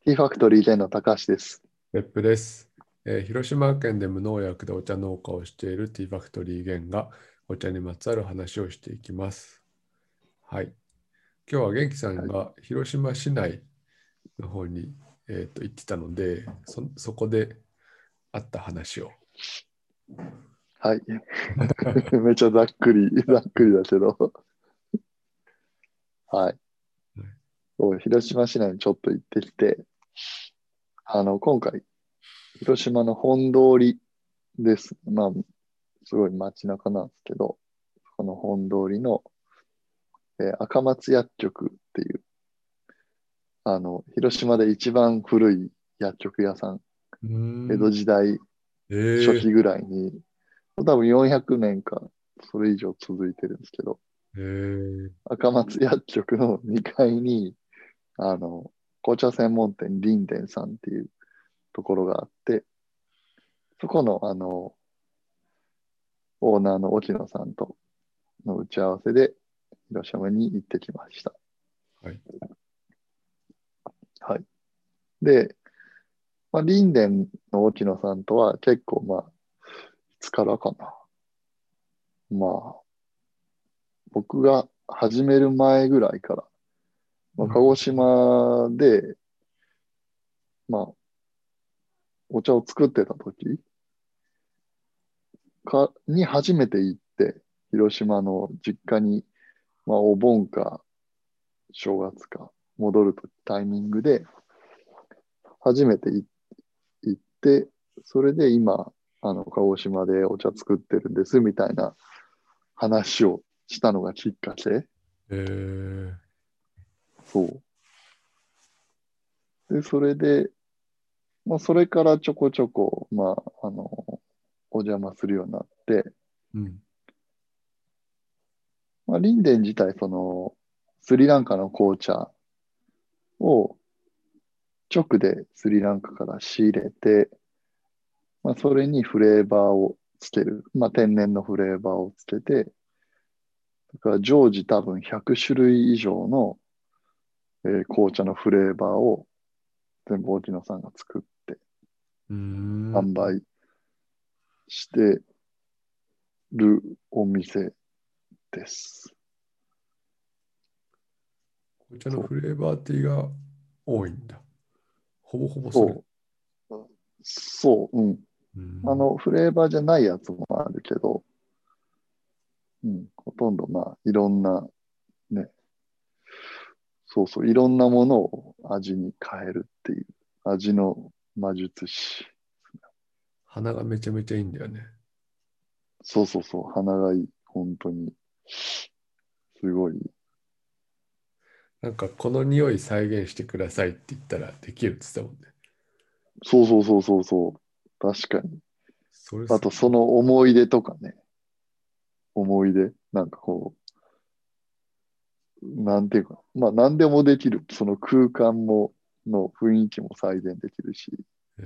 ティーファクトリーでの高橋です。 別府です。広島県で無農薬でお茶農家をしているティーファクトリーゲンがお茶にまつわる話をしていきます。はい。今日は元気さんはい。 が広島市内の方に、行ってたので、そこであった話を。 はい。めっちゃざっくり、ざっくりだけど。はい。そう広島市内にちょっと行ってきて、今回、広島の本通りです。まあ、すごい街中なんですけど、この本通りの、赤松薬局っていう、広島で一番古い薬局屋さん、 うー江ん。 戸時代えー、 初期ぐらいに、多分400年か、それ以上続いてるんですけど、 えー、 赤松薬局の2階に、あの、紅茶専門店、林伝さんっていうところがあって、そこの、オーナーの沖野さんとの打ち合わせで、広島に行ってきました。 はい。 はい。で、林伝の沖野さんとは結構、いつからかな。まあ、僕が始める前ぐらいから、鹿児島で、まあ、お茶を作ってた時に初めて行って、広島の実家に、お盆か正月か戻るとタイミングで初めて行って、それで今、鹿児島でお茶作ってるんですみたいな話をしたのがきっかけ。 えー、 そう。で、それで、それからちょこちょこ、お邪魔するようになって、 うん。 林伝自体、スリランカの紅茶を直でスリランカから仕入れて、それにフレーバーをつける。天然のフレーバーをつけて、だから常時多分100種類以上の、紅茶のフレーバーを全部沖野さんが作ってうーん。 販売してるお店です。 お茶のそう。 フレーバーティーが多いんだ。ほぼほぼそれ。 そう。そう。うん。 うーん。 フレーバーじゃないやつもあるけど、うん。ほとんどいろんな、ね。そうそう。いろんなものを味に変えるっていう味の魔術師。 鼻がめちゃめちゃいいんだよね。 そうそうそう。鼻がいい。本当に。すごい。 なんかこの匂い再現してくださいって言ったらできるって言ってたもんね。 そうそうそうそうそう。確かに。 それすあと、その思い出とかね。思い出。なんかこう、なんていうか。何でもできる。その空間の雰囲気も再現できるし。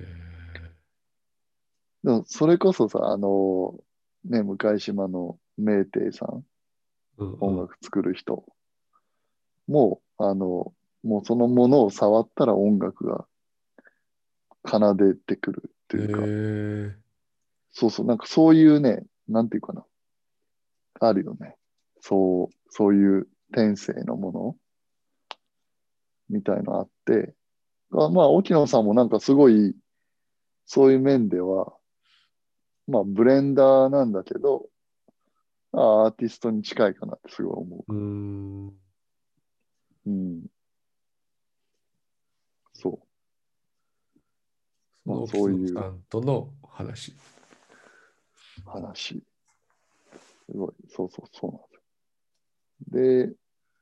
でも、それこそさ、ね、向島の名庭さん、 うんうん。 音楽作る人も、もうそのものを触ったら音楽が奏でてくるってえいうか、 ー、 そうそう、なんかそういうね、なんていうかな、あるよね。そういう天性のものみたいのあって、沖野さんもなんかすごい、そういう面では、ブレンダーなんだけど、アーティストに近いかなってすごい思うーん。 う。うん、そその沖そういう野さんとの話。 話。すごい、そうそう、そうなんですよ。で、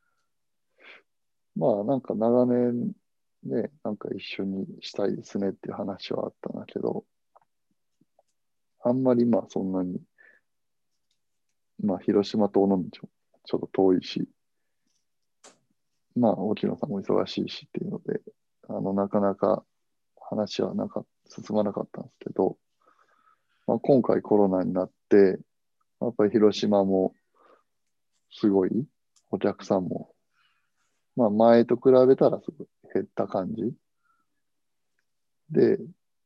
なんか長年ね、なんか一緒にしたいですねっていう話はあったんだけど、あんまりそんなに、広島と尾道もちょっと遠いし、沖野さんも忙しいしっていうので、なかなか話は進まなかったんですけど、今回コロナになって、やっぱり広島もすごいお客さんも、前と比べたらすごい減った感じ。 で、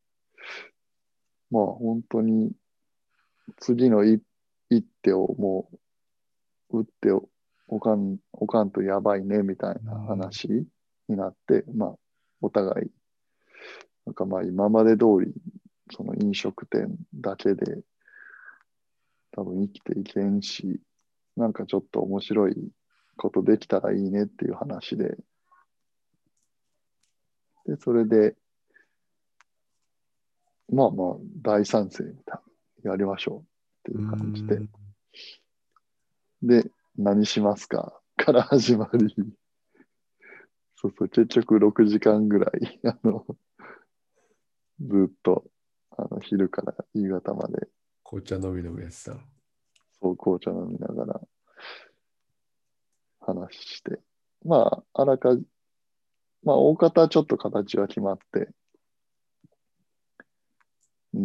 まあ本当に次の一手をもう打っておかんとやばいねみたいなうん。 話になって、まあお互い、なんかまあ今まで通り、その飲食店だけで多分生きていけんし、なんかちょっと面白いことできたらいいねっていう話で、で、それで、まあまあ大賛成みたいな、やりましょうっていうう感じで、 ん。 で、何しますかから始まり、そうそう、結局6時間ぐらい、ずっと、昼から夕方まで、 紅茶飲みのやつさん。 そう、紅茶飲みながら話して、まあ、あらかじ、まあ、大方ちょっと形は決まって、うん。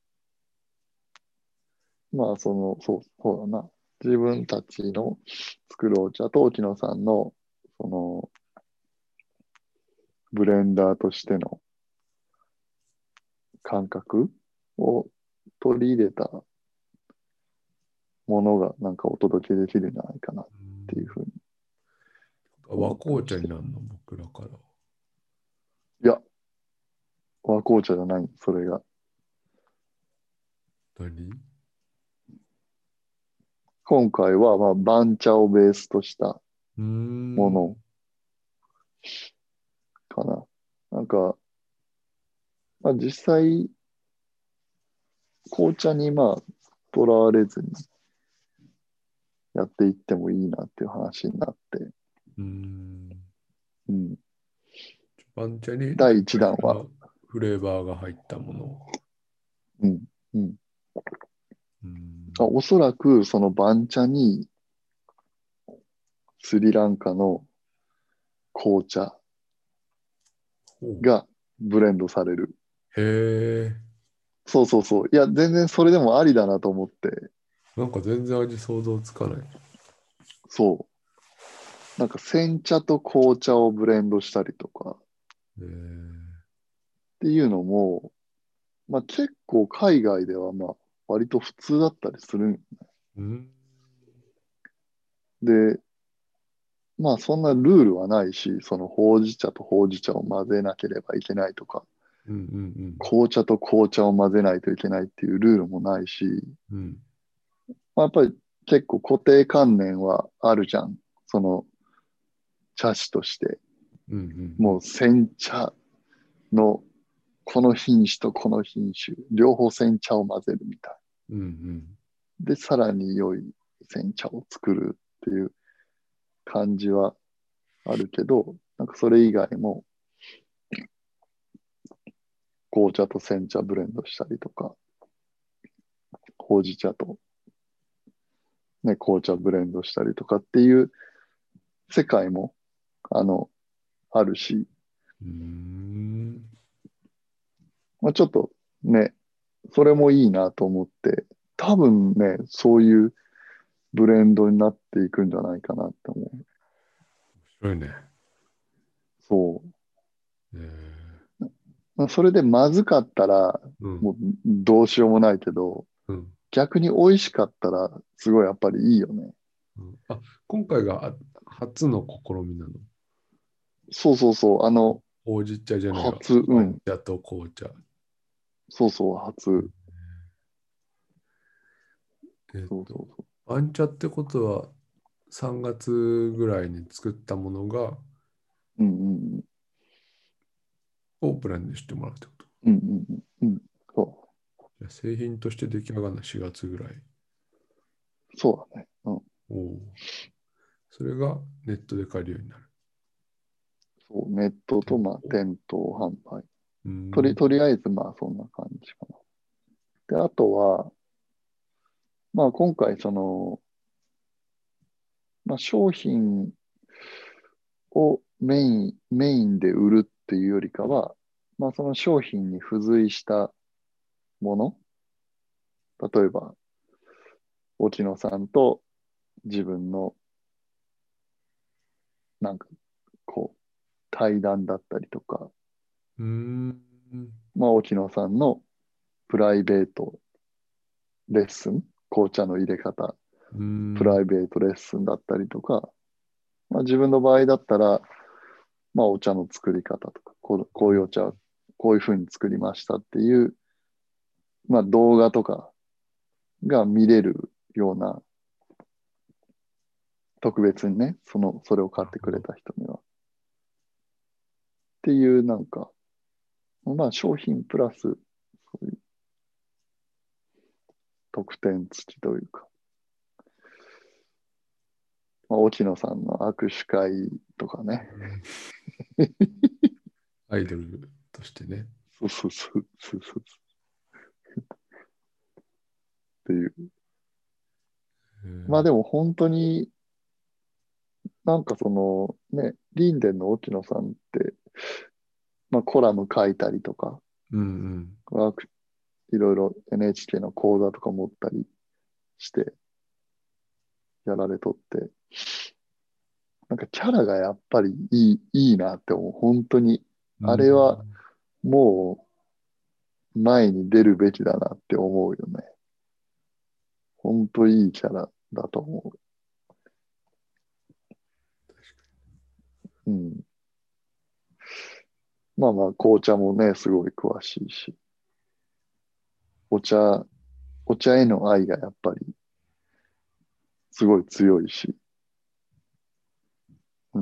まあ、そうだな。自分たちの作るお茶と沖野さんの、その、ブレンダーとしての感覚を取り入れたものがなんかお届けできるんじゃないかなっていうふうに和思って紅まして。 茶になるの、僕らから。 いや、和紅茶じゃない、それが。 何？ 今回は、まあ、番茶をベースとしたうーん。 ものかな。なんか、まあ、実際、紅茶にまあ、とらわれずにやっていってもいいなっていう話になって、 うーん。 うん。 番茶にど第っ一弾は、 かしらのフレーバーが入ったもの。 うん、うん。 うーん。 おそらくその番茶にスリランカの紅茶ほう。 がブレンドされる。 へえ。 そうそうそう。いや、全然それでもありだなと思って、 なんか全然味想像つかない。 そう。なんか煎茶と紅茶をブレンドしたりとかっていうのも、まあ結構海外ではまあ割と普通だったりする。 うん。 で、まあそんなルールはないし、そのほうじ茶とほうじ茶を混ぜなければいけないとか、 うんうん紅茶と紅茶を混ぜないといけないっていうルールもないし、 うん。うん。 まあ、やっぱり結構固定観念はあるじゃん。その茶師として。 うんうんうん。 もう煎茶のこの品種とこの品種、両方煎茶を混ぜるみたい。 うんうん。 で、さらに良い煎茶を作るっていう感じはあるけど、なんかそれ以外も紅茶と煎茶ブレンドしたりとか、ほうじ茶とね、紅茶ブレンドしたりとかっていう世界も、あの、あるし、 うーん。 まあ、ちょっとね、それもいいなと思って、多分ね、そういうブレンドになっていくんじゃないかなって思う。 面白いね。 そう。 えー、 まあ、それでまずかったら、 うん。 もうどうしようもないけど、 うん。 逆に美味しかったら、すごいやっぱりいいよね。 うん。あ、今回が初の試みなの？ そうそうそう、 ほうじ茶じゃないわ。 初、うん、 番茶と紅茶。 そうそう、初、 えっと、 そうそうそ番茶ってことは3月ぐらいに作ったものが、 う。うんうんをブレンドしてもらうってこと？ うん、うんうんうん、うん、そじゃあ製品として出来上がるのは4月ぐらい。 う、そうだね。うん、 おお。それがネットで買えるようになる。 そう、ネットと、まあ、 店舗。 店頭販売。 うーん。 とりあえず、まあ、そんな感じかな。で、あとは、まあ、今回、まあ、商品をメインで売るっていうよりかは、まあ、その商品に付随したもの、例えば、沖野さんと自分の、なんか、こう、対談だったりとか、 うーん。 まあ、沖野さんのプライベートレッスン、紅茶の入れ方、 うん。 プライベートレッスンだったりとか、まあ、自分の場合だったら、まあ、お茶の作り方とか、こういうお茶、こういうふうに作りましたっていう、まあ、動画とかが見れるような、特別にね、それを買ってくれなるほど。 た人には。っていう、なんか、まあ、商品プラス、そういう特典付きというか、まあ、沖野さんの握手会とかね。 うん、アイドルとしてね。 そうそうそうそうそうっていう。 うん。 まあでも本当になんかリンデンの沖野さんって、まあコラム書いたりとか、 うん。 ワークいろいろ NHK の講座とか持ったりしてやられとって、なんかキャラがやっぱりいいなって思う。本当に。 うん。 あれはもう前に出るべきだなって思うよね。本当いいキャラだと思う。うん。まあまあ紅茶もね、すごい詳しいし、お茶、お茶への愛がやっぱりすごい強いし、うん。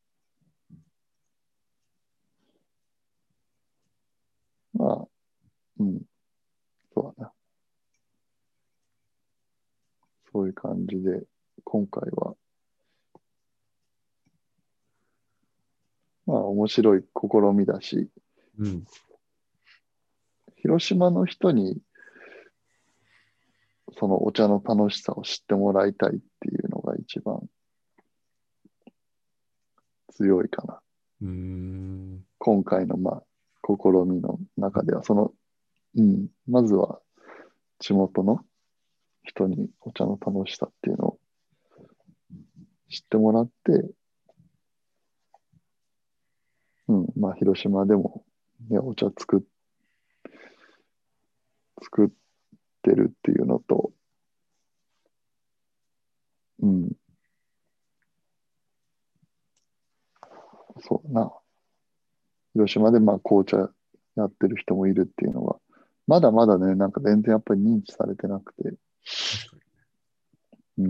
まあ、うん。そうだな。そういう感じで、今回は、まあ面白い試みだし、 うん。 広島の人にそのお茶の楽しさを知ってもらいたいっていうのが一番強いかな。 うん。 今回のまあ、試みの中では、まずは地元の人にお茶の楽しさっていうのを知ってもらって、まあ広島でも、ね、お茶作ってるっていうのと、うん、そうだな。広島でまあ紅茶やってる人もいるっていうのは、まだまだね、なんか全然やっぱり認知されてなくて、 確かうん、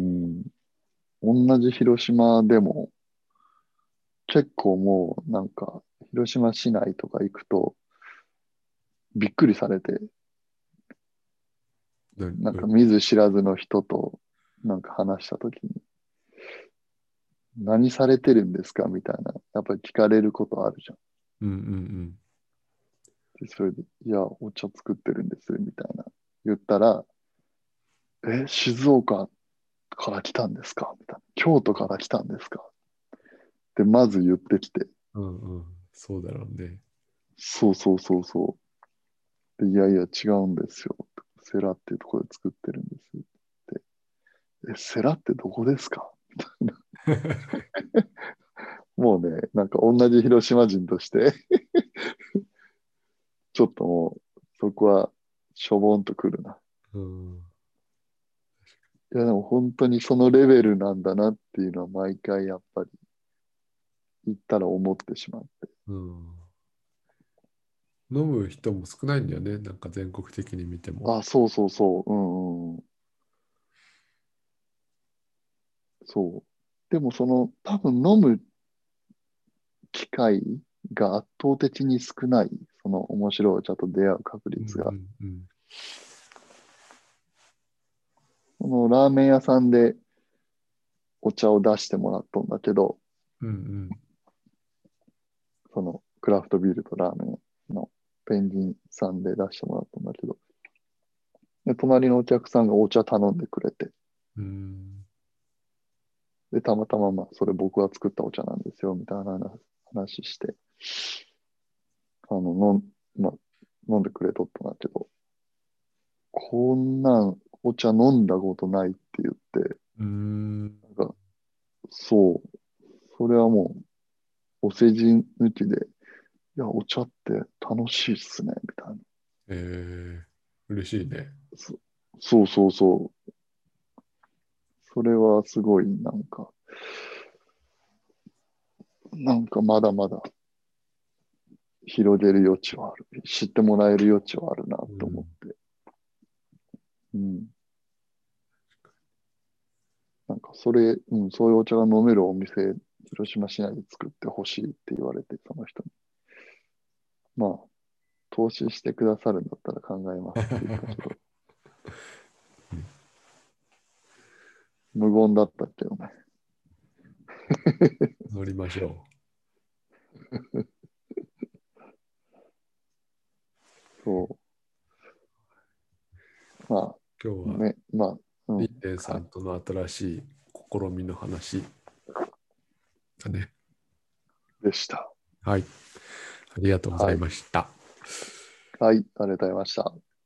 同じ広島でも結構もうなんか広島市内とか行くとびっくりされて、 に。 なんか見ず知らずの人となんか話したときに何されてるんですかみたいな、やっぱり聞かれることあるじゃん。 うんうんでそれで、いや、お茶作ってるんです、みたいな。言ったら、静岡から来たんですかみたいな。京都から来たんですかってまず言ってきて、 うん。うんうん。そうだろうね。 そうそうそうそう。でいやいや、違うんですよ。セラっていうところで作ってるんですって。セラってどこですかもうね、なんか同じ広島人としてちょっともう、そこは、しょぼんとくるな。 うん。 いや、でも本当にそのレベルなんだなっていうのは毎回やっぱり言ったら思ってしまって。 うん。飲む人も少ないんだよね。なんか全国的に見ても。 あ、そうそうそう。そう。でも多分飲む機会が圧倒的に少ない。その面白いお茶と出会う確うんう率が。 んうん。 このラーメン屋さんでお茶を出してもらったんだけど、 うんうん。 そのクラフトビールとラーメンのペンギンさんで出してもらったんだけど、で、隣のお客さんがお茶頼んでくれて、 うん。 で、たまたままあ、それ僕が作ったお茶なんですよ、みたいな話して、まあ、飲んでくれとったんだけど、こんなんお茶飲んだことないって言って、 うん。 なんか、そう、それはもう、お世辞抜きで、 いや、お茶って楽しいっすね、みたいな。 嬉しいね。 そそうそうそう。それはすごい、なんかまだまだ広げる余地はある。知ってもらえる余地はあるなと思って。うん。なんかそういうお茶が飲めるお店、広島市内で作ってほしいって言われて、その人に。まあ、投資してくださるんだったら考えますって言ったけど、無言だったけどね。 乗りましょそう。まう。今日あ、 はね、まあ、うん。 リンレンさはい。 んとの新しい試みの話だね。 でした。 はい。ありがとうございはい。 ました。 はい。ありがとうございました。